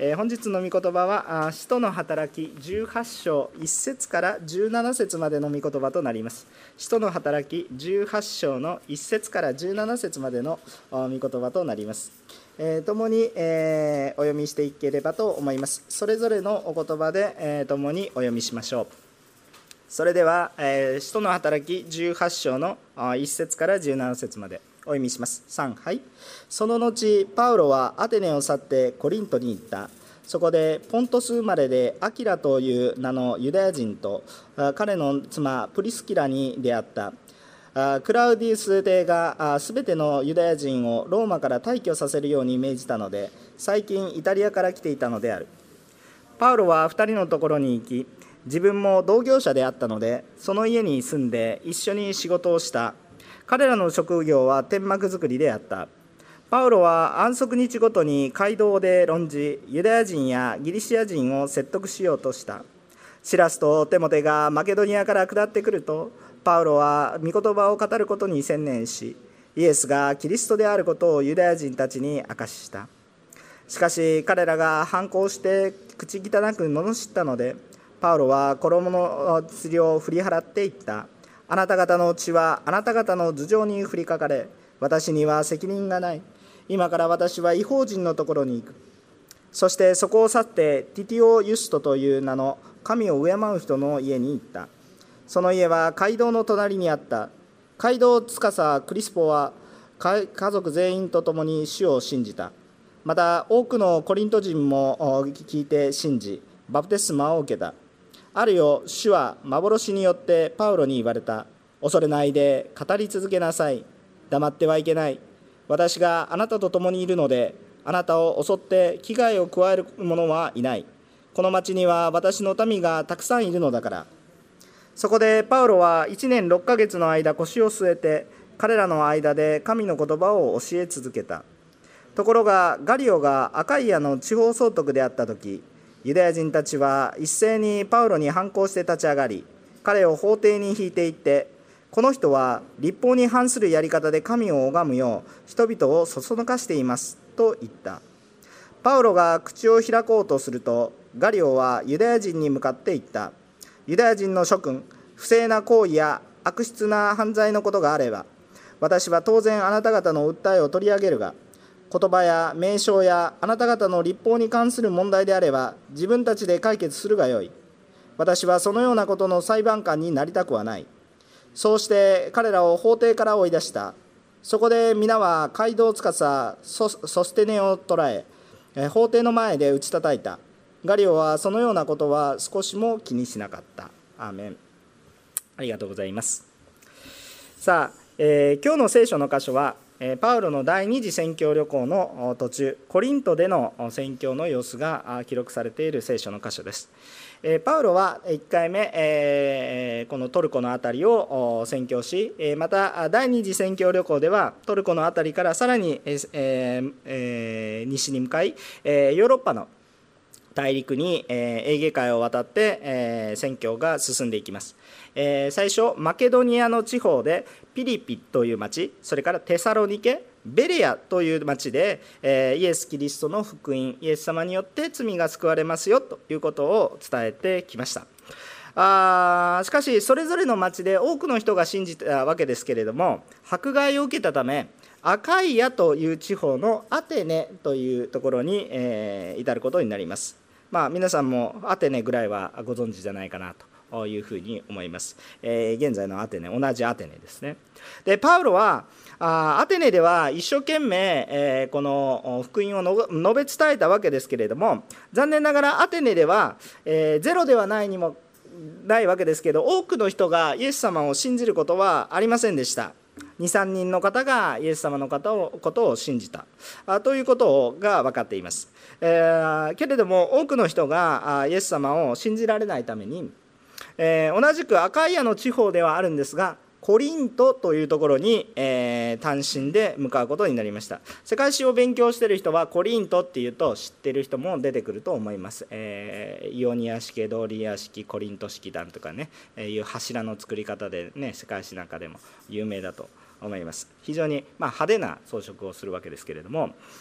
本日の御言葉は使徒の働き18章1節から17節までの御言葉となります。使徒の働き18章の1節から17節までの御言葉となります。共にお読みしていければと思います。それぞれのお言葉で共にお読みしましょう。それでは使徒の働き18章の1節から17節までお読みします。3、はい。その後パウロはアテネを去ってコリントに行った。そこでポントス生まれでアキラという名のユダヤ人と彼の妻プリスキラに出会った。クラウディウス帝がすべてのユダヤ人をローマから退去させるように命じたので、最近イタリアから来ていたのである。パウロは2人のところに行き、自分も同業者であったのでその家に住んで一緒に仕事をした。彼らの職業は天幕作りであった。パウロは安息日ごとに街道で論じ、ユダヤ人やギリシア人を説得しようとした。シラスとテモテがマケドニアから下ってくると、パウロは御言葉を語ることに専念し、イエスがキリストであることをユダヤ人たちに明かしした。しかし彼らが反抗して口汚く罵ったので、パウロは衣の釣りを振り払っていった。あなた方の血はあなた方の頭上に降りかかれ、私には責任がない。今から私は異邦人のところに行く。そしてそこを去ってティティオ・ユストという名の神を敬う人の家に行った。その家は街道の隣にあった。街道司クリスポは家族全員と共に主を信じた。また多くのコリント人も聞いて信じ、バプテスマを受けた。あるよ、主は幻によってパウロに言われた。恐れないで語り続けなさい。黙ってはいけない。私があなたと共にいるので、あなたを襲って危害を加える者はいない。この町には私の民がたくさんいるのだから。そこでパウロは1年6ヶ月の間腰を据えて、彼らの間で神の言葉を教え続けた。ところがガリオがアカイアの地方総督であった時、ユダヤ人たちは一斉にパウロに反抗して立ち上がり、彼を法廷に引いていって、この人は律法に反するやり方で神を拝むよう人々をそそのかしていますと言った。パウロが口を開こうとすると、ガリオはユダヤ人に向かって言った。ユダヤ人の諸君、不正な行為や悪質な犯罪のことがあれば、私は当然あなた方の訴えを取り上げるが、言葉や名称やあなた方の律法に関する問題であれば自分たちで解決するがよい。私はそのようなことの裁判官になりたくはない。そうして彼らを法廷から追い出した。そこで皆は街道司ソステネを捕らえ、法廷の前で打ち叩いた。ガリオはそのようなことは少しも気にしなかった。アーメン。ありがとうございます。さあ、今日の聖書の箇所はパウロの第二次宣教旅行の途中、コリントでの宣教の様子が記録されている聖書の箇所です。パウロは1回目このトルコの辺りを宣教し、また第二次宣教旅行ではトルコの辺りからさらに西に向かいヨーロッパの大陸にエーゲ海を渡って宣教が進んでいきます。最初マケドニアの地方でピリピという町、それからテサロニケ、ベレアという町でイエス・キリストの福音、イエス様によって罪が救われますよということを伝えてきました。しかしそれぞれの町で多くの人が信じたわけですけれども、迫害を受けたためアカイアという地方のアテネというところに至ることになります。皆さんもアテネぐらいはご存知じゃないかなというふうに思います。現在のアテネ、同じアテネですね。でパウロはアテネでは一生懸命この福音を述べ伝えたわけですけれども、残念ながらアテネではゼロではないにもないわけですけど、多くの人がイエス様を信じることはありませんでした。2、3人の方がイエス様のことを信じたということが分かっています。けれども多くの人がイエス様を信じられないために、同じくアカイアの地方ではあるんですが、コリントというところに、単身で向かうことになりました。世界史を勉強している人はコリントっていうと知っている人も出てくると思います。イオニア式、ドーリア式、コリント式団とかね、いう柱の作り方でね、世界史なんかでも有名だと思います。非常に派手な装飾をするわけですけれども、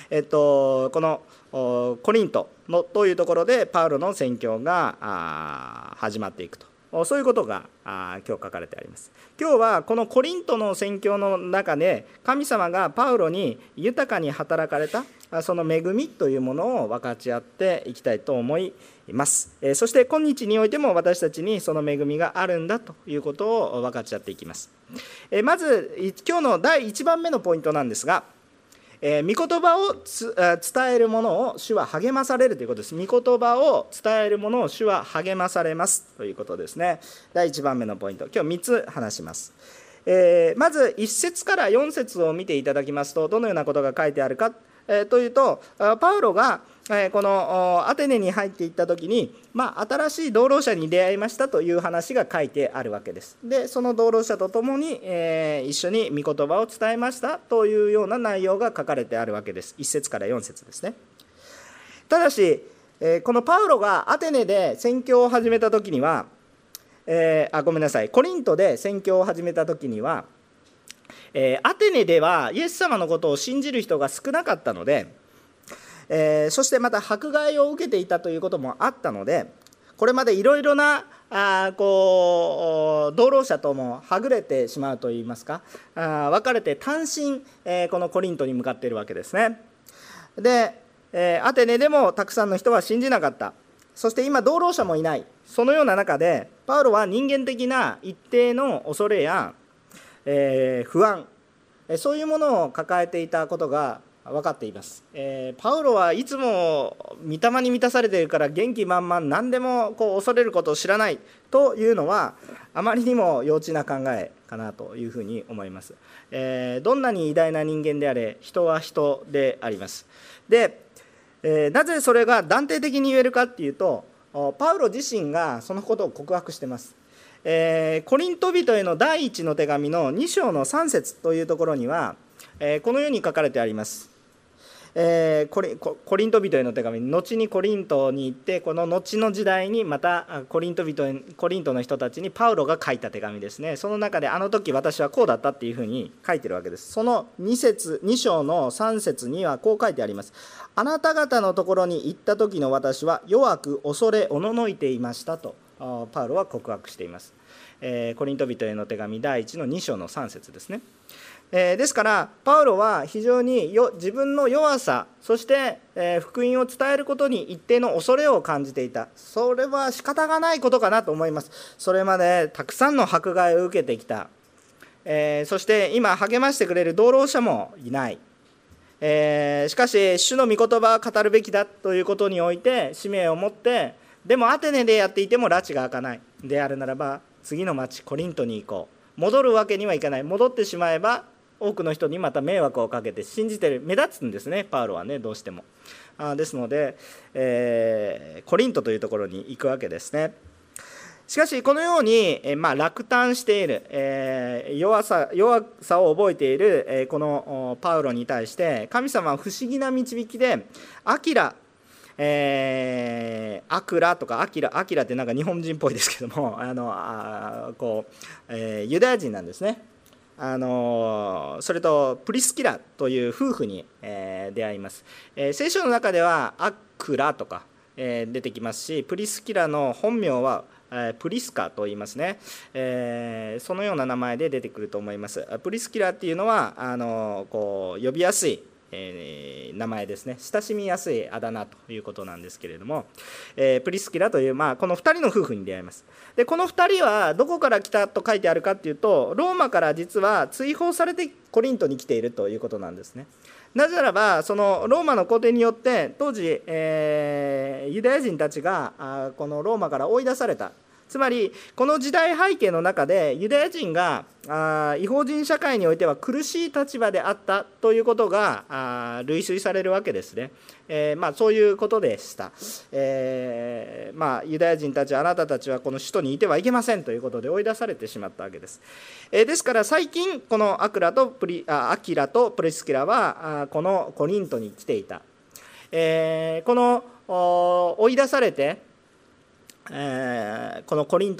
このコリントのというところでパウロの宣教が始まっていくと、そういうことが今日書かれてあります。今日はこのコリントの宣教の中で神様がパウロに豊かに働かれたその恵みというものを分かち合っていきたいと思います。そして今日においても私たちにその恵みがあるんだということを分かち合っていきます。まず今日の第1番目のポイントなんですが、御言葉を伝える者を主は励まされるということです。御言葉を伝える者を主は励まされますということですね。第1番目のポイント、今日3つ話します。まず1節から4節を見ていただきますと、どのようなことが書いてあるかというと、パウロがこのアテネに入っていった時に、新しい同労者に出会いましたという話が書いてあるわけです。でその同労者と共に一緒に御言葉を伝えましたというような内容が書かれてあるわけです。1節から4節ですね。ただしこのパウロがアテネで宣教を始めた時には、コリントで宣教を始めた時には、アテネではイエス様のことを信じる人が少なかったので、そしてまた迫害を受けていたということもあったので、これまでいろいろな同労者ともはぐれてしまうといいますか、別れて単身、このコリントに向かっているわけですね。でアテネでもたくさんの人は信じなかった。そして今同労者もいない。そのような中でパウロは人間的な一定の恐れや不安、そういうものを抱えていたことが分かっています。パウロはいつも御霊に満たされているから元気満々、何でも恐れることを知らないというのはあまりにも幼稚な考えかなというふうに思います。どんなに偉大な人間であれ、人は人であります。で、なぜそれが断定的に言えるかっていうと、パウロ自身がそのことを告白しています。コリント人への第一の手紙の2章の3節というところには、このように書かれてあります。コリント人への手紙、後にコリントに行って、この後の時代にまたコリントの人たちにパウロが書いた手紙ですね。その中であの時私はこうだったっていうふうに書いてるわけです。その2章の3節にはこう書いてあります。あなた方のところに行った時の私は弱く恐れおののいていましたとパウロは告白しています。コリント人への手紙第1の2章の3節ですね。ですからパウロは非常に自分の弱さ、そして、福音を伝えることに一定の恐れを感じていた。それは仕方がないことかなと思います。それまでたくさんの迫害を受けてきた、そして今励ましてくれる同労者もいない。しかし主の御言葉を語るべきだということにおいて使命を持って、でもアテネでやっていても埒が明かないであるならば、次の町コリントに行こう。戻るわけにはいかない。戻ってしまえば多くの人にまた迷惑をかけて信じてる、目立つんですね、パウロはね、どうしても。ですので、コリントというところに行くわけですね。しかしこのように、落胆している、弱さを覚えている、このパウロに対して神様は不思議な導きでアキラとかアキラってなんか日本人っぽいですけども、ユダヤ人なんですね。それとプリスキラという夫婦に、出会います。聖書の中ではアクラとか、出てきますし、プリスキラの本名はプリスカと言いますね。そのような名前で出てくると思います。プリスキラっていうのは呼びやすい名前ですね。親しみやすいあだ名ということなんですけれども、プリスキラという、この2人の夫婦に出会います。でこの2人はどこから来たと書いてあるかっていうと、ローマから実は追放されてコリントに来ているということなんですね。なぜならばそのローマの皇帝によって当時、ユダヤ人たちがこのローマから追い出された。つまりこの時代背景の中でユダヤ人が異邦人社会においては苦しい立場であったということが類推されるわけですね。そういうことでした。ユダヤ人たち、あなたたちはこの首都にいてはいけませんということで追い出されてしまったわけです。ですから最近このアキラとプリスキラはこのコリントに来ていた。この追い出されてこのコリントに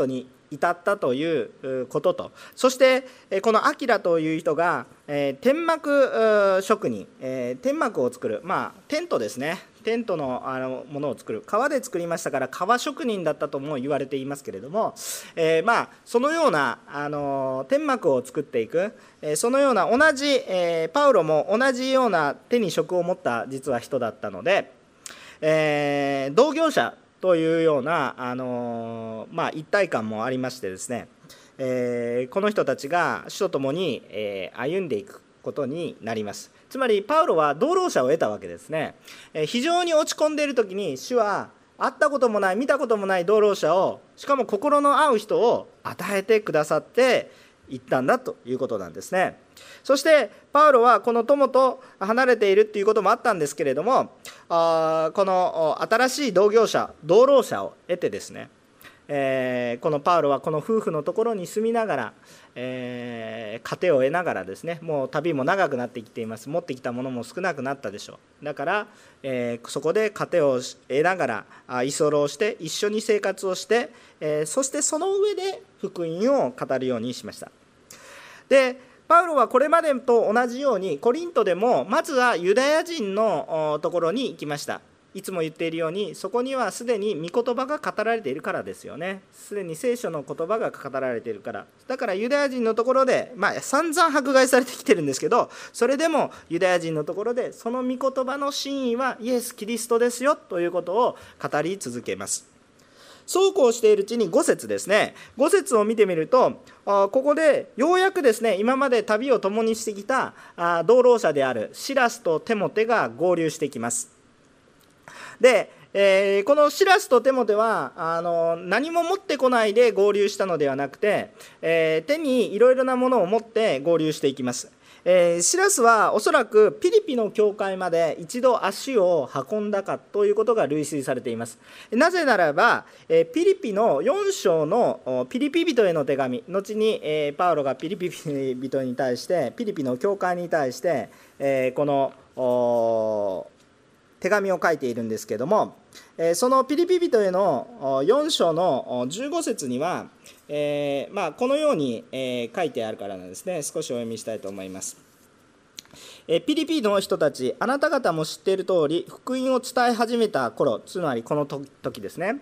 至ったということと、そしてこのアキラという人が天幕職人、天幕を作る、テントですね、テントのものを作る、革で作りましたから革職人だったとも言われていますけれども、そのような天幕を作っていく、そのような同じパウロも同じような手に職を持った実は人だったので、同業者というような一体感もありましてですね、この人たちが主と共に歩んでいくことになります。つまりパウロは同労者を得たわけですね。非常に落ち込んでいる時に主は会ったこともない見たこともない同労者を、しかも心の合う人を与えてくださっていったんだということなんですね。そしてパウロはこの友と離れているということもあったんですけれども、この新しい同労者を得てですね、このパウロはこの夫婦のところに住みながら、糧を得ながらですね、もう旅も長くなってきています。持ってきたものも少なくなったでしょう。だから、そこで糧を得ながら居候して一緒に生活をして、そしてその上で福音を語るようにしました。でパウロはこれまでと同じようにコリントでもまずはユダヤ人のところに行きました。いつも言っているように、そこにはすでに御言葉が語られているからですよね。すでに聖書の言葉が語られているから。だからユダヤ人のところで、散々迫害されてきてるんですけど、それでもユダヤ人のところでその御言葉の真意はイエス・キリストですよということを語り続けます。そうこうしているうちに5節ですね、5節を見てみると、ここでようやくですね、今まで旅を共にしてきた同労者であるシラスとテモテが合流してきます。でこのシラスとテモテは何も持ってこないで合流したのではなくて、手にいろいろなものを持って合流していきます。シラスはおそらくピリピの教会まで一度足を運んだかということが類推されています。なぜならばピリピの4章のピリピ人への手紙、後にパウロがピリピ人に対して、ピリピの教会に対してこの手紙を書いているんですけれども、そのピリピ人への4章の15節にはこのように書いてあるからなんですね。少しお読みしたいと思います。ピリピの人たち、あなた方も知っている通り、福音を伝え始めた頃、つまりこの時ですね、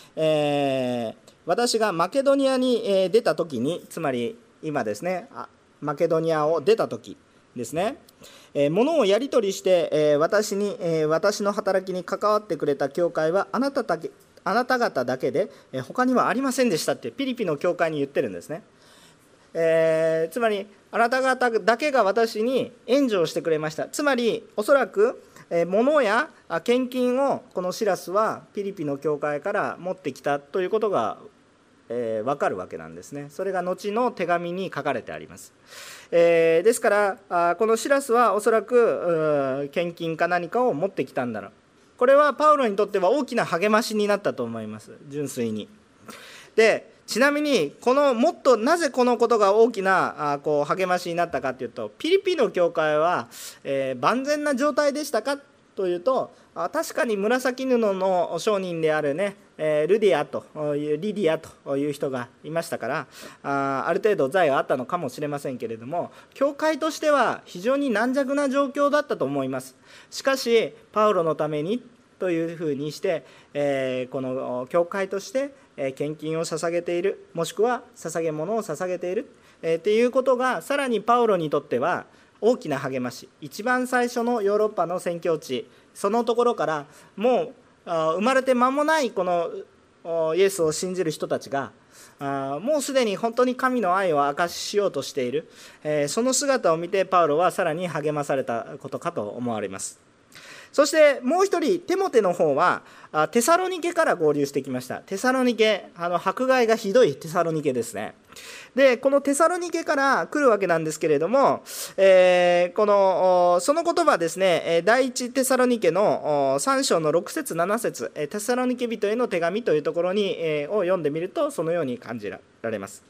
私がマケドニアに出た時に、つまり今ですね、マケドニアを出た時ですね、物をやり取りして私の働きに関わってくれた教会はあなた方だけで他にはありませんでしたってピリピの教会に言ってるんですね。つまりあなた方だけが私に援助をしてくれました。つまりおそらく物や献金をこのシラスはピリピの教会から持ってきたということが分かるわけなんですね。それが後の手紙に書かれてあります。ですからこのシラスはおそらく献金か何かを持ってきたんだろう。これはパウロにとっては大きな励ましになったと思います。純粋に。でちなみにもっとなぜこのことが大きな励ましになったかというと、ピリピの教会は万全な状態でしたかというと、確かに紫布の商人であるねリディアという人がいましたから、ある程度財はあったのかもしれませんけれども、教会としては非常に軟弱な状況だったと思います。しかしパウロのためにというふうにして、この教会として献金を捧げている、もしくは捧げ物を捧げているっていうことが、さらにパウロにとっては大きな励まし。一番最初のヨーロッパの宣教地、そのところからもう生まれて間もないこのイエスを信じる人たちがもうすでに本当に神の愛を証ししようとしている、その姿を見てパウロはさらに励まされたことかと思われます。そしてもう一人テモテの方はテサロニケから合流してきました。テサロニケ、迫害がひどいテサロニケですね。でこのテサロニケから来るわけなんですけれども、その言葉ですね、第一テサロニケの3章の6節7節、テサロニケ人への手紙というところにを読んでみるとそのように感じられます。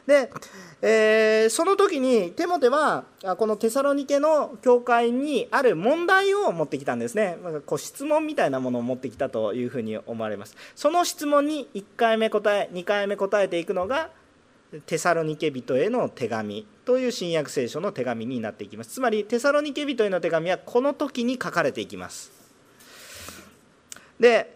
で、その時にテモテはこのテサロニケの教会にある問題を持ってきたんですね。質問みたいなものを持ってきたというふうに思われます。その質問に1回目答え、2回目答えていくのがテサロニケ人への手紙という新約聖書の手紙になっていきます。つまりテサロニケ人への手紙はこの時に書かれていきます。で、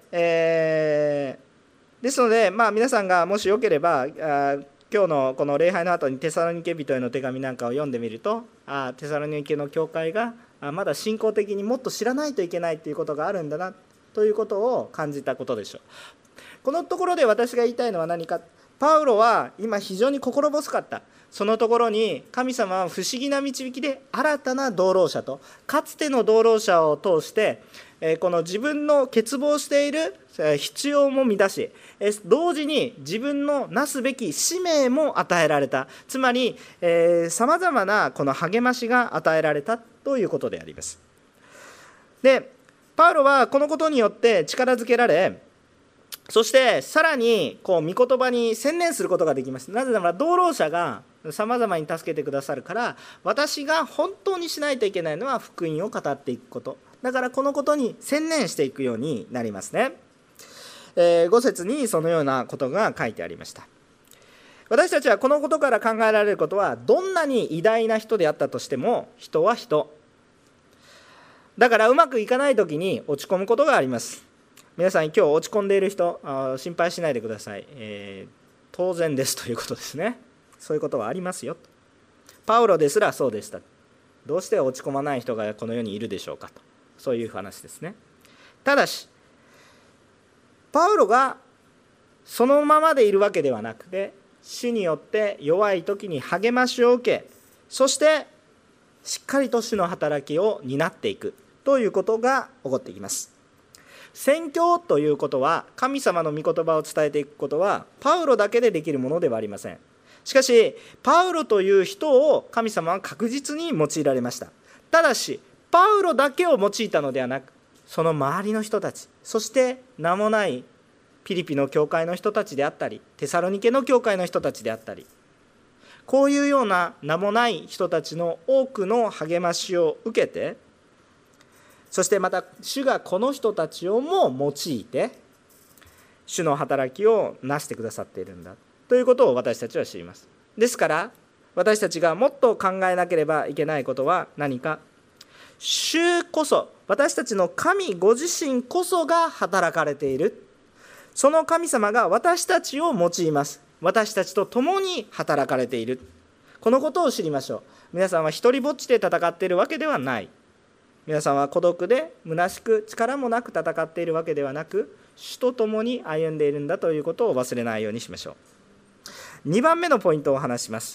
ですので、皆さんがもしよければ今日のこの礼拝の後にテサロニケ人への手紙なんかを読んでみると、テサロニケの教会がまだ信仰的にもっと知らないといけないということがあるんだなということを感じたことでしょう。このところで私が言いたいのは何か。パウロは今非常に心細かった。そのところに神様は不思議な導きで新たな道路者とかつての道路者を通してこの自分の欠乏している必要も満たし、同時に自分のなすべき使命も与えられた。つまりさまざまなこの励ましが与えられたということであります。でパウロはこのことによって力づけられ、そしてさらに御言葉に専念することができます。なぜなら道路者がさまざまに助けてくださるから、私が本当にしないといけないのは福音を語っていくこと。だからこのことに専念していくようになりますね。5節にそのようなことが書いてありました。私たちはこのことから考えられることは、どんなに偉大な人であったとしても人は人だから、うまくいかない時に落ち込むことがあります。皆さん今日落ち込んでいる人、心配しないでください。当然ですということですね。そういうことはありますよ。パウロですらそうでした。どうして落ち込まない人がこの世にいるでしょうかと、そういう話ですね。ただしパウロがそのままでいるわけではなくて、主によって弱い時に励ましを受け、そしてしっかりと主の働きを担っていくということが起こってきます。宣教ということは、神様の御言葉を伝えていくことはパウロだけでできるものではありません。しかしパウロという人を神様は確実に用いられました。ただしパウロだけを用いたのではなく、その周りの人たち、そして名もないピリピの教会の人たちであったり、テサロニケの教会の人たちであったり、こういうような名もない人たちの多くの励ましを受けて、そしてまた主がこの人たちをも用いて主の働きをなしてくださっているんだということを私たちは知ります。ですから私たちがもっと考えなければいけないことは何か。主こそ、私たちの神ご自身こそが働かれている。その神様が私たちを用います。私たちと共に働かれている。このことを知りましょう。皆さんは一人ぼっちで戦っているわけではない。皆さんは孤独で虚しく力もなく戦っているわけではなく、主と共に歩んでいるんだということを忘れないようにしましょう。2番目のポイントを話します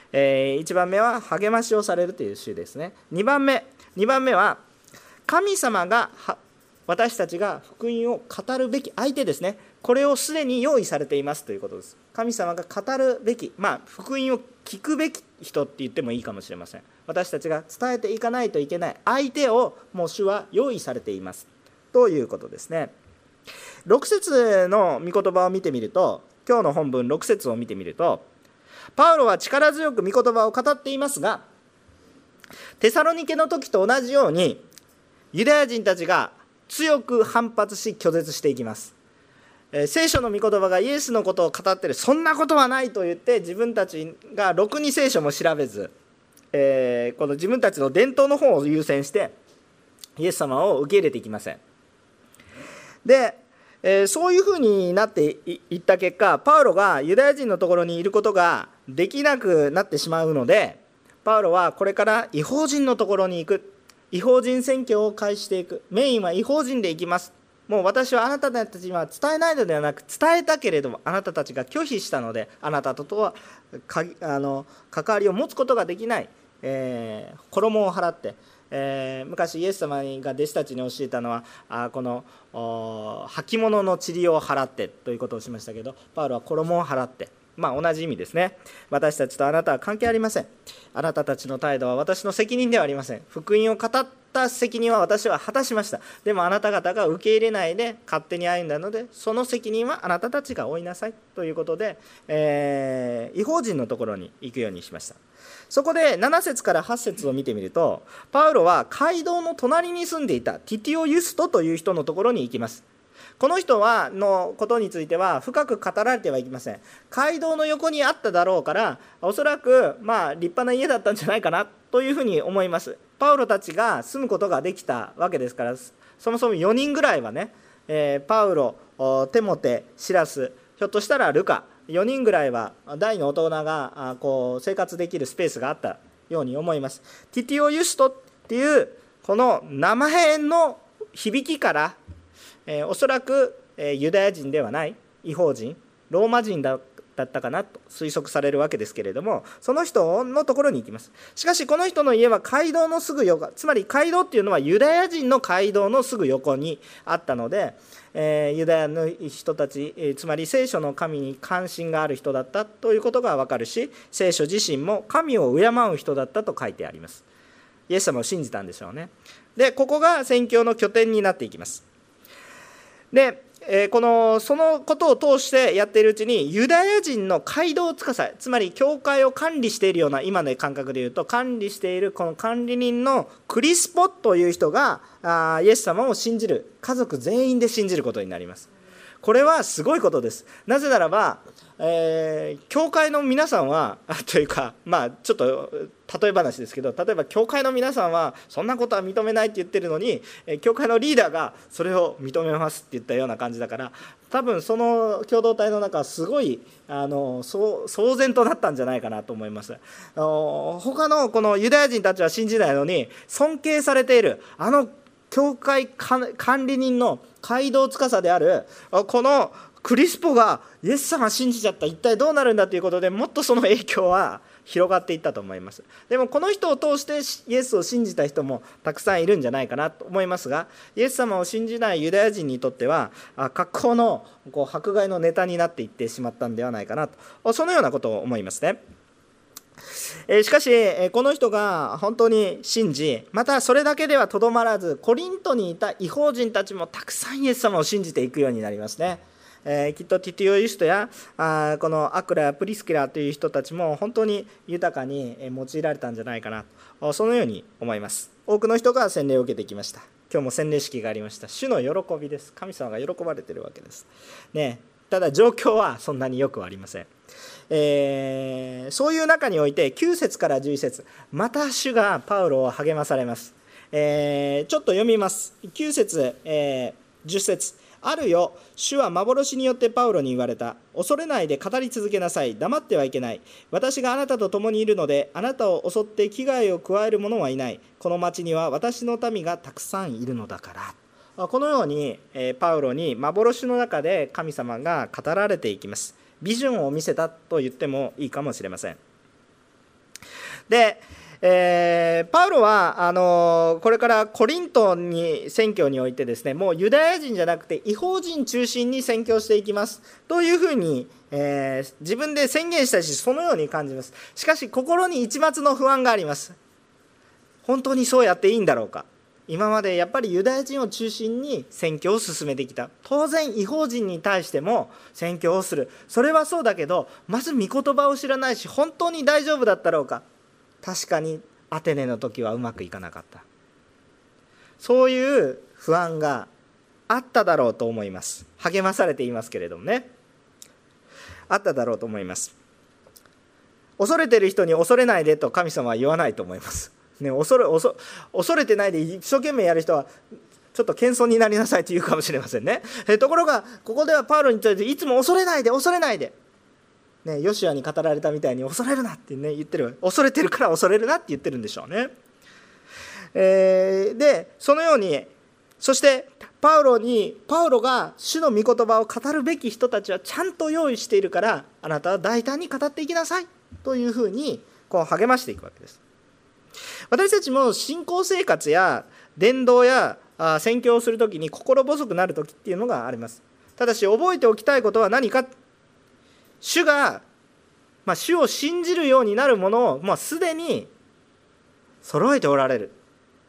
。1番目は励ましをされるという主ですね。2番目は神様が私たちが福音を語るべき相手ですね。これをすでに用意されていますということです。神様が語るべき、福音を聞くべき人って言ってもいいかもしれません。私たちが伝えていかないといけない相手をもう主は用意されていますということですね。6節の御言葉を見てみると、今日の本文6節を見てみると、パウロは力強く御言葉を語っていますが、テサロニケの時と同じようにユダヤ人たちが強く反発し拒絶していきます。聖書の御言葉がイエスのことを語っている、そんなことはないと言って自分たちがろくに聖書も調べず、この自分たちの伝統の方を優先してイエス様を受け入れていきません。で、そういうふうになっていった結果、パウロがユダヤ人のところにいることができなくなってしまうので、パウロはこれから異邦人のところに行く、異邦人宣教を開始していく。メインは異邦人で行きます。もう私はあなたたちには伝えないのではなく、伝えたけれどもあなたたちが拒否したので、あなたとは関わりを持つことができない、衣を払って、昔イエス様が弟子たちに教えたのはこの履物の塵を払ってということをしましたけど、パウロは衣を払って、同じ意味ですね。私たちとあなたは関係ありません。あなたたちの態度は私の責任ではありません。福音を語っった責任は私は果たしました。でもあなた方が受け入れないで勝手に歩んだので、その責任はあなたたちが負いなさいということで、異邦人のところに行くようにしました。そこで7節から8節を見てみると、パウロは街道の隣に住んでいたティティオ・ユストという人のところに行きます。この人のことについては深く語られてはいけません。街道の横にあっただろうから、おそらく立派な家だったんじゃないかなというふうに思います。パウロたちが住むことができたわけですから、そもそも4人ぐらいはね、パウロ、テモテ、シラス、ひょっとしたらルカ、4人ぐらいは大の大人が生活できるスペースがあったように思います。ティティオ・ユストっていうこの名前の響きから、おそらくユダヤ人ではない異邦人、ローマ人だったかなと推測されるわけですけれども、その人のところに行きます。しかしこの人の家は街道のすぐ横、つまり街道っていうのはユダヤ人の街道のすぐ横にあったので、ユダヤの人たち、つまり聖書の神に関心がある人だったということが分かるし、聖書自身も神を敬う人だったと書いてあります。イエス様を信じたんでしょうね。で、ここが宣教の拠点になっていきます。で、そのことを通してやっているうちに、ユダヤ人の街道司、つまり教会を管理しているような、今の感覚でいうと管理しているこの管理人のクリスポという人がイエス様を信じる、家族全員で信じることになります。これはすごいことです。なぜならば、教会の皆さんはというか、ちょっと例え話ですけど、例えば教会の皆さんはそんなことは認めないって言ってるのに、教会のリーダーがそれを認めますって言ったような感じだから、多分その共同体の中はすごい騒然となったんじゃないかなと思います。他のこのユダヤ人たちは信じないのに、尊敬されている教会管理人の街道司であるこのクリスポがイエス様信じちゃった、一体どうなるんだということで、もっとその影響は広がっていったと思います。でもこの人を通してイエスを信じた人もたくさんいるんじゃないかなと思いますが、イエス様を信じないユダヤ人にとっては格好の迫害のネタになっていってしまったんではないかなと、そのようなことを思いますね。しかしこの人が本当に信じ、またそれだけではとどまらず、コリントにいた異邦人たちもたくさんイエス様を信じていくようになりますね。きっとティティオ・ユストやこのアクラやプリスキラという人たちも本当に豊かに用いられたんじゃないかなと、そのように思います。多くの人が洗礼を受けてきました。今日も洗礼式がありました。主の喜びです。神様が喜ばれているわけです、ね。ただ状況はそんなによくはありません。そういう中において9節から11節、また主がパウロを励まされます。ちょっと読みます。9節、10節、あるよ、主は幻によってパウロに言われた。恐れないで語り続けなさい。黙ってはいけない。私があなたと共にいるので、あなたを襲って危害を加える者はいない。この町には私の民がたくさんいるのだから。このようにパウロに幻の中で神様が語られていきます。ビジョンを見せたと言ってもいいかもしれません。で、パウロはこれからコリントに宣教においてですね、もうユダヤ人じゃなくて異邦人中心に宣教していきますというふうに、自分で宣言したし、そのように感じます。しかし心に一抹の不安があります。本当にそうやっていいんだろうか。今までやっぱりユダヤ人を中心に宣教を進めてきた。当然異邦人に対しても宣教をする、それはそうだけど、まず御言葉を知らないし、本当に大丈夫だったろうか。確かにアテネの時はうまくいかなかった。そういう不安があっただろうと思います。励まされていますけれどもね、あっただろうと思います。恐れてる人に恐れないでと神様は言わないと思いますね。恐れてないで一生懸命やる人はちょっと謙遜になりなさいと言うかもしれませんね。ところがここではパウロに対していつも恐れないで恐れないで、ね、ヨシュアに語られたみたいに恐れるなって、ね、言ってる。恐れてるから恐れるなって言ってるんでしょうね。でそのように、そしてパウロが主の御言葉を語るべき人たちはちゃんと用意しているから、あなたは大胆に語っていきなさいというふうに励ましていくわけです。私たちも信仰生活や伝道や宣教をするときに心細くなるときっていうのがあります。ただし覚えておきたいことは何か、主が、主を信じるようになるものをすでに揃えておられる。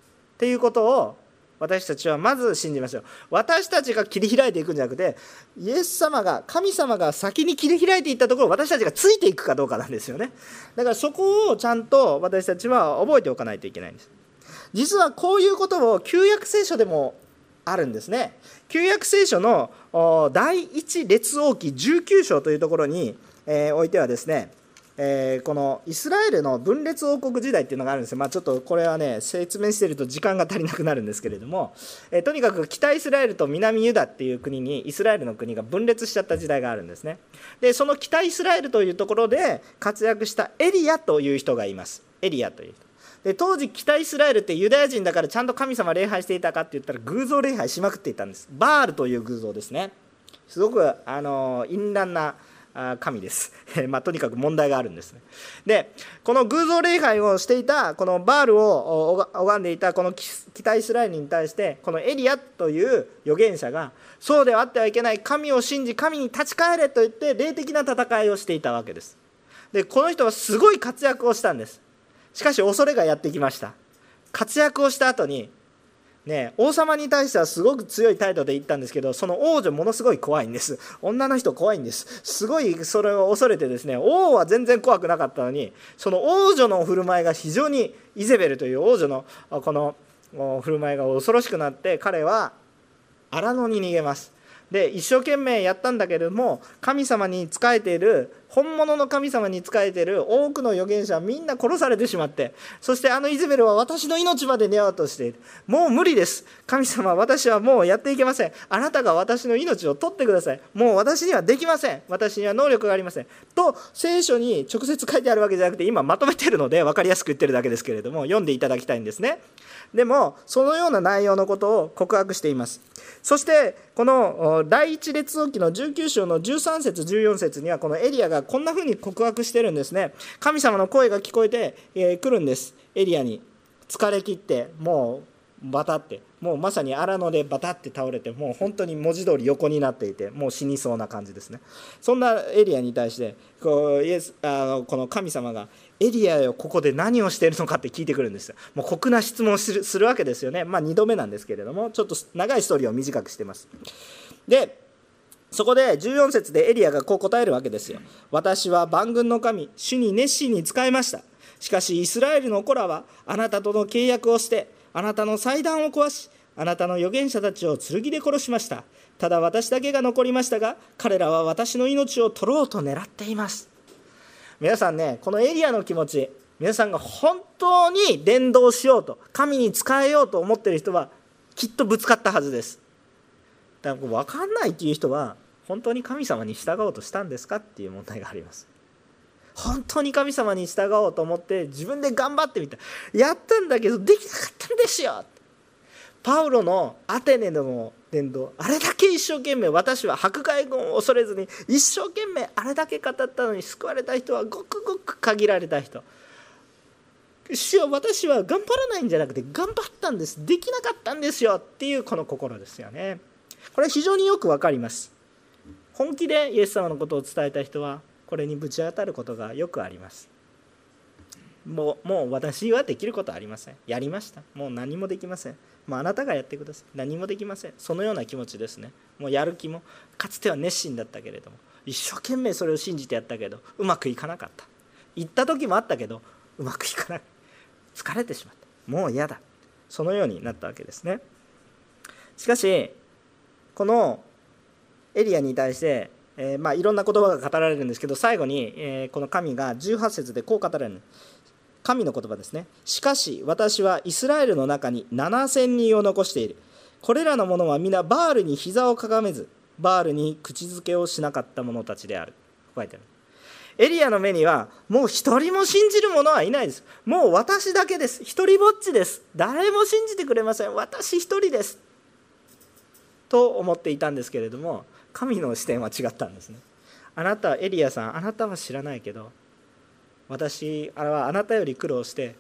っていうことを私たちはまず信じましょう。私たちが切り開いていくんじゃなくて、イエス様が、神様が先に切り開いていったところを私たちがついていくかどうかなんですよね。だからそこをちゃんと私たちは覚えておかないといけないんです。実はこういうことを旧約聖書でもあるんですね。旧約聖書の第一列王記19章というところにおいてはですね、このイスラエルの分裂王国時代っていうのがあるんですよ。ちょっとこれはね説明していると時間が足りなくなるんですけれども、とにかく北イスラエルと南ユダっていう国にイスラエルの国が分裂しちゃった時代があるんですね。でその北イスラエルというところで活躍したエリアという人がいます。エリアという人で、当時北イスラエルってユダヤ人だからちゃんと神様礼拝していたかって言ったら偶像礼拝しまくっていたんです。バールという偶像ですね。すごく淫乱な神ですとにかく問題があるんですね。でこの偶像礼拝をしていたこのバールを拝んでいたこの北イスラエルに対してこのエリアという預言者がそうではあってはいけない、神を信じ神に立ち返れと言って霊的な戦いをしていたわけです。でこの人はすごい活躍をしたんです。しかし恐れがやってきました。活躍をした後に王様に対してはすごく強い態度で言ったんですけど、その王女ものすごい怖いんです。女の人怖いんです。すごいそれを恐れてですね、王は全然怖くなかったのに、その王女の振る舞いが非常に、イゼベルという王女のこの振る舞いが恐ろしくなって、彼は荒野に逃げます。で一生懸命やったんだけれども、神様に仕えている、本物の神様に仕えている多くの預言者はみんな殺されてしまって、そしてイゼベルは私の命まで狙おうとしている。もう無理です、神様、私はもうやっていけません。あなたが私の命を取ってください。もう私にはできません。私には能力がありませんと聖書に直接書いてあるわけじゃなくて、今まとめているので分かりやすく言ってるだけですけれども、読んでいただきたいんですね。でもそのような内容のことを告白しています。そしてこの第一列王記の19章の13節14節には、このエリアがこんなふうに告白してるんですね。神様の声が聞こえてくるんです。エリアに疲れ切って、もうバタって、もうまさに荒野でバタって倒れて、もう本当に文字通り横になっていて、もう死にそうな感じですね。そんなエリアに対してこの神様が、エリアよここで何をしているのかって聞いてくるんですよ。もう酷な質問をするわけですよね。2度目なんですけれども、ちょっと長いストーリーを短くしてます。でそこで14節でエリアがこう答えるわけですよ。私は万軍の神主に熱心に仕えました。しかしイスラエルの子らはあなたとの契約をして、あなたの祭壇を壊し、あなたの預言者たちを剣で殺しました。ただ私だけが残りましたが、彼らは私の命を取ろうと狙っています。皆さんね、このエリアの気持ち、皆さんが本当に伝道しようと、神に仕えようと思っている人はきっとぶつかったはずです。だから分かんないっていう人は、本当に神様に従おうとしたんですかっていう問題があります。本当に神様に従おうと思って自分で頑張ってみた、やったんだけどできなかったんですよ。パウロのアテネでの伝道、あれだけ一生懸命、私は迫害軍を恐れずに一生懸命あれだけ語ったのに、救われた人はごくごく限られた人。主よ、私は頑張らないんじゃなくて頑張ったんです、できなかったんですよっていうこの心ですよね。これは非常によくわかります。本気でイエス様のことを伝えた人はこれにぶち当たることがよくあります。もう私はできることはありません、やりました、もう何もできません、もうあなたがやってください、何もできません、そのような気持ちですね。もうやる気も、かつては熱心だったけれども、一生懸命それを信じてやったけどうまくいかなかった、行った時もあったけどうまくいかない、疲れてしまった、もう嫌だ、そのようになったわけですね。しかしこのエリアに対していろんな言葉が語られるんですけど、最後にこの神が18節でこう語られる。神の言葉ですね。しかし私はイスラエルの中に7000人を残している。これらの者は皆バールに膝をかがめず、バールに口づけをしなかった者たちである。書いてある。エリアの目にはもう一人も信じる者はいないです。もう私だけです。一人ぼっちです。誰も信じてくれません。私一人ですと思っていたんですけれども、神の視点は違ったんですね。あなたエリアさん、あなたは知らないけど、私はあなたより苦労して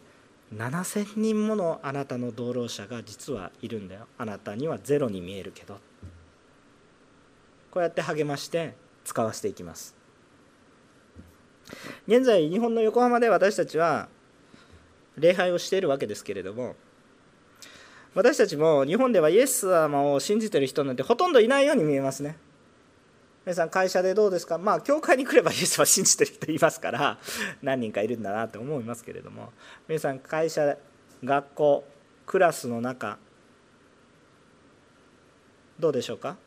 7000人ものあなたの同労者が実はいるんだよ。あなたにはゼロに見えるけど、こうやって励まして使わせていきます。現在日本の横浜で私たちは礼拝をしているわけですけれども、 私たちも日本ではイエス様を信じている人なんてほとんどいないように見えますね。皆さん会社でどうですか。教会に来ればイエスは信じてる人いますから何人かいるんだなと思いますけれども、皆さん会社、学校、クラスの中どうでしょうか。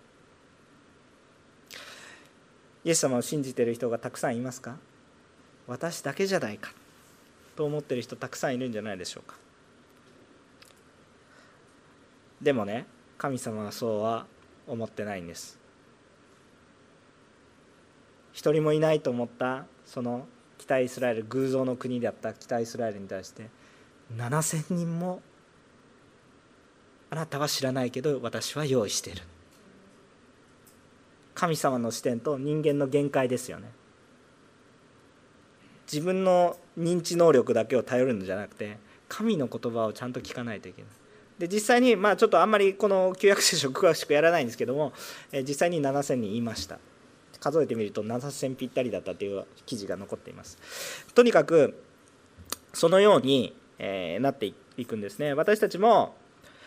イエス様を信じている人がたくさんいますか。私だけじゃないかと思っている人たくさんいるんじゃないでしょうか。でもね、神様はそうは思ってないんです。一人もいないと思ったその北イスラエル、偶像の国であった北イスラエルに対して7000人もあなたは知らないけど私は用意している。神様の視点と人間の限界ですよね。自分の認知能力だけを頼るのじゃなくて神の言葉をちゃんと聞かないといけない。で実際にちょっとあんまりこの旧約聖書詳しくやらないんですけども、実際に7000人いました。数えてみると7000ぴったりだったという記事が残っています。とにかくそのようになっていくんですね。私たちも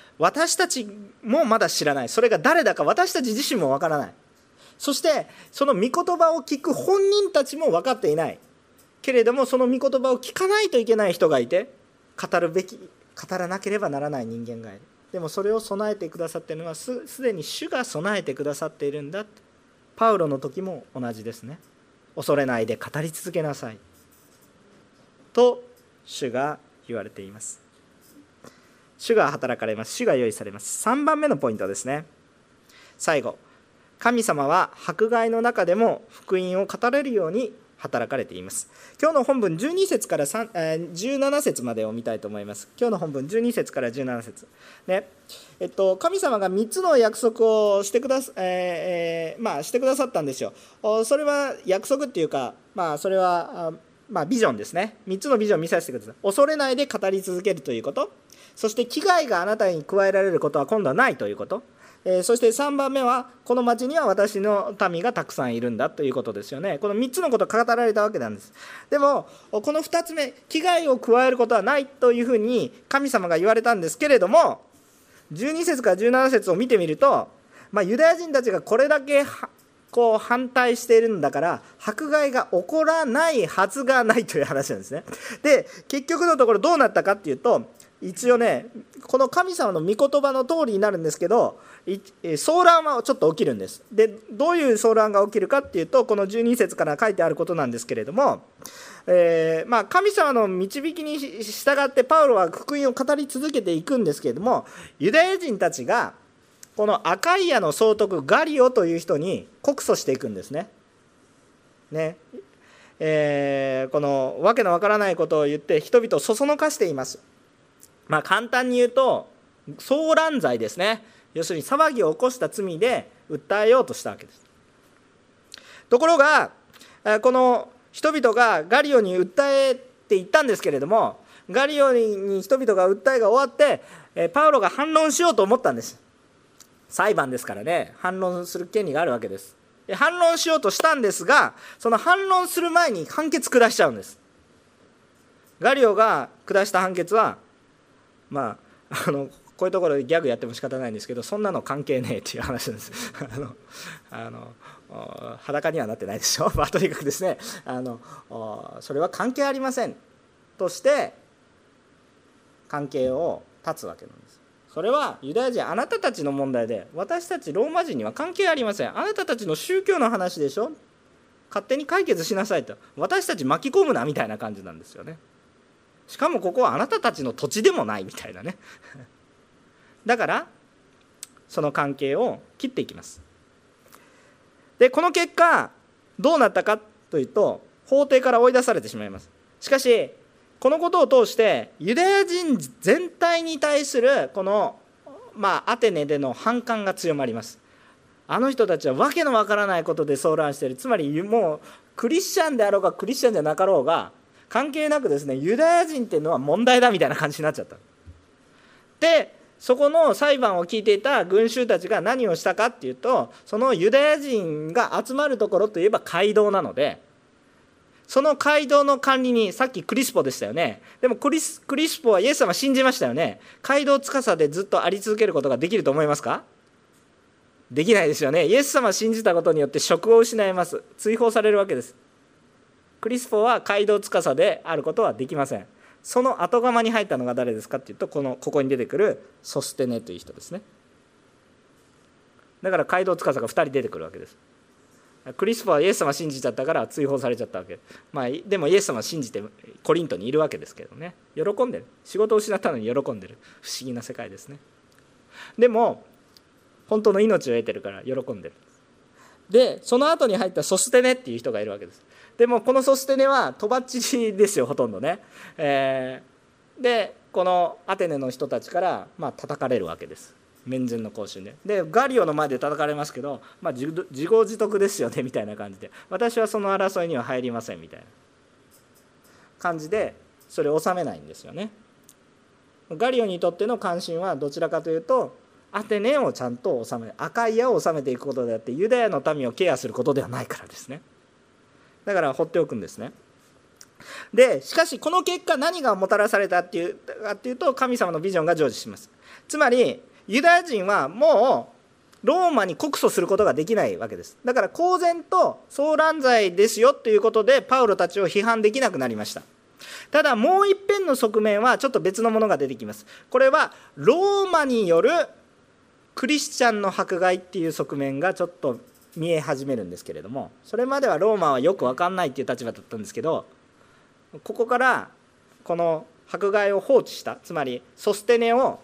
まだ知らない。それが誰だか私たち自身もわからない。そしてその御言葉を聞く本人たちも分かっていないけれども、その御言葉を聞かないといけない人がいて、語らなければならない人間がいる。でもそれを備えてくださっているのはすでに主が備えてくださっているんだ。パウロの時も同じですね。恐れないで語り続けなさいと主が言われています。主が働かれます。主が用意されます。3番目のポイントですね。最後、神様は迫害の中でも福音を語れるように働かれています。今日の本文12節から17節までを見たいと思います。今日の本文12節から17節、ね、神様が3つの約束をしてくださったんですよ。それは約束っていうか、それはビジョンですね。3つのビジョンを見させてください。恐れないで語り続けるということ、そして危害があなたに加えられることは今度はないということ、そして3番目はこの町には私の民がたくさんいるんだということですよね。この3つのことが語られたわけなんです。でもこの2つ目、危害を加えることはないというふうに神様が言われたんですけれども、12節から17節を見てみると、ユダヤ人たちがこれだけ反対しているんだから迫害が起こらないはずがないという話なんですね。で結局のところどうなったかっていうと、一応ね、この神様の御言葉の通りになるんですけど、騒乱はちょっと起きるんです。でどういう騒乱が起きるかっていうと、この12節から書いてあることなんですけれども、神様の導きに従ってパウロは福音を語り続けていくんですけれども、ユダヤ人たちがこのアカイアの総督ガリオという人に告訴していくんですね。このわけのわからないことを言って人々をそそのかしています。簡単に言うと騒乱罪ですね。要するに騒ぎを起こした罪で訴えようとしたわけです。ところがこの人々がガリオに訴えていったんですけれども、ガリオに人々が訴えが終わってパウロが反論しようと思ったんです。裁判ですからね、反論する権利があるわけです。反論しようとしたんですが、その反論する前に判決下しちゃうんです。ガリオが下した判決はこういうところでギャグやっても仕方ないんですけど、そんなの関係ねえっていう話なんです。裸にはなってないでしょ。とにかくですね、それは関係ありませんとして関係を断つわけなんです。それはユダヤ人、あなたたちの問題で、私たちローマ人には関係ありません。あなたたちの宗教の話でしょ、勝手に解決しなさいと、私たち巻き込むなみたいな感じなんですよね。しかもここはあなたたちの土地でもないみたいなね。だからその関係を切っていきます。でこの結果どうなったかというと、法廷から追い出されてしまいます。しかしこのことを通してユダヤ人全体に対するこの、アテネでの反感が強まります。あの人たちはわけのわからないことで騒乱している。つまりもうクリスチャンであろうがクリスチャンじゃなかろうが関係なくですね、ユダヤ人っていうのは問題だみたいな感じになっちゃった。でそこの裁判を聞いていた群衆たちが何をしたかっていうと、そのユダヤ人が集まるところといえば街道なので、 その街道の管理人、さっきクリスポでしたよね。でもクリスポはイエス様信じましたよね。街道司でずっとあり続けることができると思いますか？できないですよね。イエス様を信じたことによって職を失います。追放されるわけです。クリスポは街道司であることはできません。その後釜に入ったのが誰ですかっていうと、ここに出てくるソステネという人ですね。だから街道司が2人出てくるわけです。クリスポはイエス様信じちゃったから追放されちゃったわけ。でもイエス様信じてコリントにいるわけですけどね。喜んでる。仕事を失ったのに喜んでる。不思議な世界ですね。でも本当の命を得てるから喜んでる。でその後に入ったソステネっていう人がいるわけです。でもこのソステネはとばっちりですよ、ほとんどね。でこのアテネの人たちから叩かれるわけです。面前の行進でガリオの前で叩かれますけど、自業自得ですよねみたいな感じで、私はその争いには入りませんみたいな感じでそれを収めないんですよね。ガリオにとっての関心はどちらかというと、アテネをちゃんと治め、アカイアを治めていくことであって、ユダヤの民をケアすることではないからですね。だから放っておくんですね。でしかしこの結果何がもたらされたっていうと、神様のビジョンが成就します。つまりユダヤ人はもうローマに告訴することができないわけです。だから公然と騒乱罪ですよということでパウロたちを批判できなくなりました。ただもう一辺の側面はちょっと別のものが出てきます。これはローマによるクリスチャンの迫害っていう側面がちょっと見え始めるんですけれども、それまではローマはよく分かんないっていう立場だったんですけど、ここからこの迫害を放置した、つまりソステネを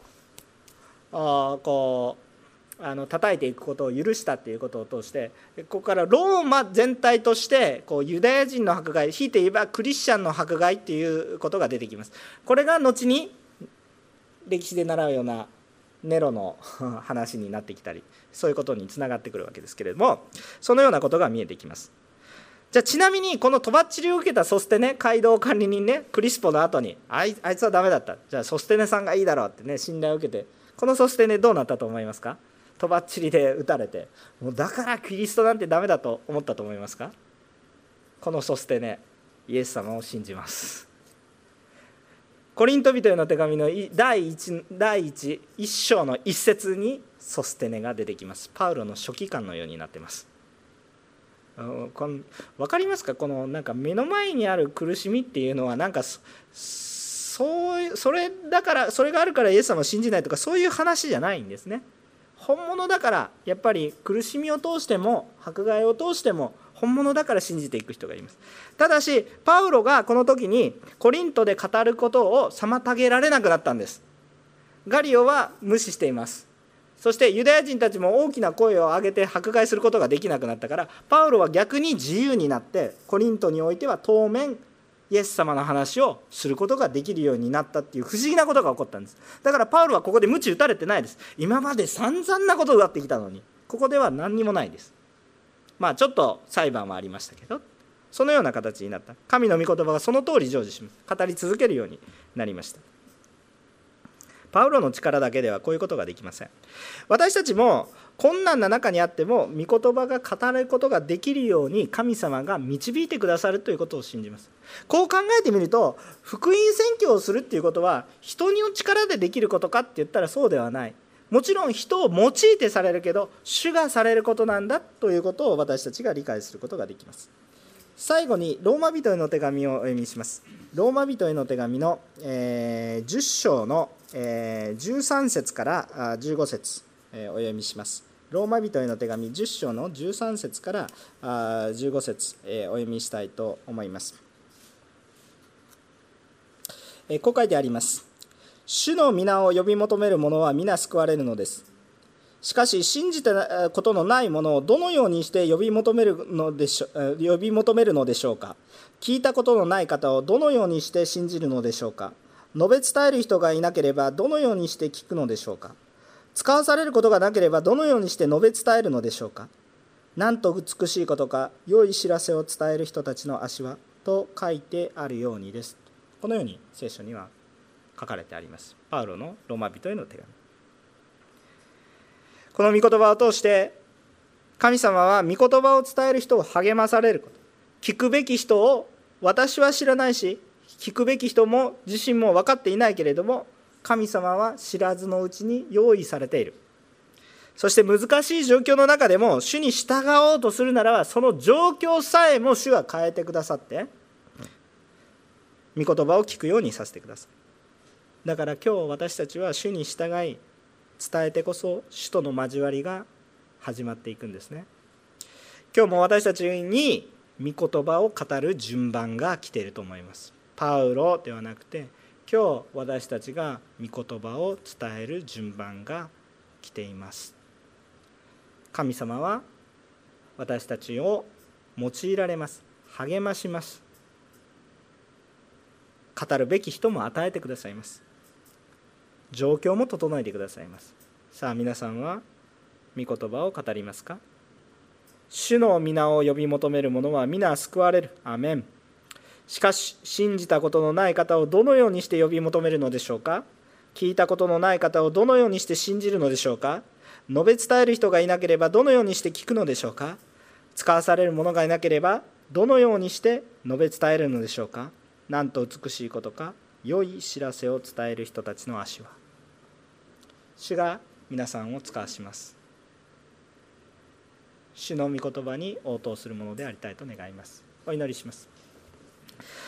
叩いていくことを許したっていうことを通して、ここからローマ全体としてユダヤ人の迫害、ひいて言えばクリスチャンの迫害っていうことが出てきます。これが後に歴史で習うようなネロの話になってきたり、そういうことにつながってくるわけですけれども、そのようなことが見えてきます。じゃあちなみにこのとばっちりを受けたソステネ街道管理人ね、クリスポの後にあいつはダメだった、じゃあソステネさんがいいだろうってね、信頼を受けて、このソステネどうなったと思いますか？とばっちりで打たれて、もうだからキリストなんてダメだと思ったと思いますか？このソステネ、イエス様を信じます。コリント人への手紙の第一章の一節にソステネが出てきます。パウロの書記官のようになっています。分かりますか？このなんか目の前にある苦しみっていうのはなんかそれがあるからイエス様を信じないとか、そういう話じゃないんですね。本物だからやっぱり苦しみを通しても迫害を通しても本物だから信じていく人がいます。ただしパウロがこの時にコリントで語ることを妨げられなくなったんです。ガリオは無視しています。そしてユダヤ人たちも大きな声を上げて迫害することができなくなったから、パウロは逆に自由になってコリントにおいては当面イエス様の話をすることができるようになったっていう不思議なことが起こったんです。だからパウロはここで鞭打たれてないです。今まで散々なことをやってきたのに、ここでは何にもないです。ちょっと裁判はありましたけど、そのような形になった。神の御言葉がその通り成就します。語り続けるようになりました。パウロの力だけではこういうことができません。私たちも困難な中にあっても御言葉が語ることができるように神様が導いてくださるということを信じます。こう考えてみると、福音宣教をするっていうことは人の力でできることかって言ったらそうではない。もちろん人を用いてされるけど主がされることなんだということを私たちが理解することができます。最後にローマ人への手紙をお読みします。ローマ人への手紙の10章の13節から15節お読みします。ローマ人への手紙10章の13節から15節お読みしたいと思います。こう書いてあります。主の皆を呼び求める者は皆救われるのです。しかし信じたことのないものをどのようにして呼び求めるのでしょうか。聞いたことのない方をどのようにして信じるのでしょうか。述べ伝える人がいなければどのようにして聞くのでしょうか。使わされることがなければどのようにして述べ伝えるのでしょうか。なんと美しいことか、良い知らせを伝える人たちの足はと書いてあるようにです。このように聖書には書かれてあります。パウロのローマ人への手紙。この御言葉を通して神様は御言葉を伝える人を励まされること、聞くべき人を私は知らないし、聞くべき人も自身も分かっていないけれども、神様は知らずのうちに用意されている。そして難しい状況の中でも主に従おうとするならば、その状況さえも主が変えてくださって、御言葉を聞くようにさせてください。だから今日私たちは主に従い伝えてこそ主との交わりが始まっていくんですね。今日も私たちに御言葉を語る順番が来ていると思います。パウロではなくて、今日私たちが御言葉を伝える順番が来ています。神様は私たちを用いられます。励まします。語るべき人も与えてくださいます。状況も整えてくださいます。さあ皆さんは御言葉を語りますか？主の皆を呼び求める者は皆救われる。アメン。しかし信じたことのない方をどのようにして呼び求めるのでしょうか？聞いたことのない方をどのようにして信じるのでしょうか？述べ伝える人がいなければどのようにして聞くのでしょうか？使わされる者がいなければどのようにして述べ伝えるのでしょうか？なんと美しいことか、良い知らせを伝える人たちの足は。主が皆さんを使わします。主の御言葉に応答するものでありたいと願います。お祈りします。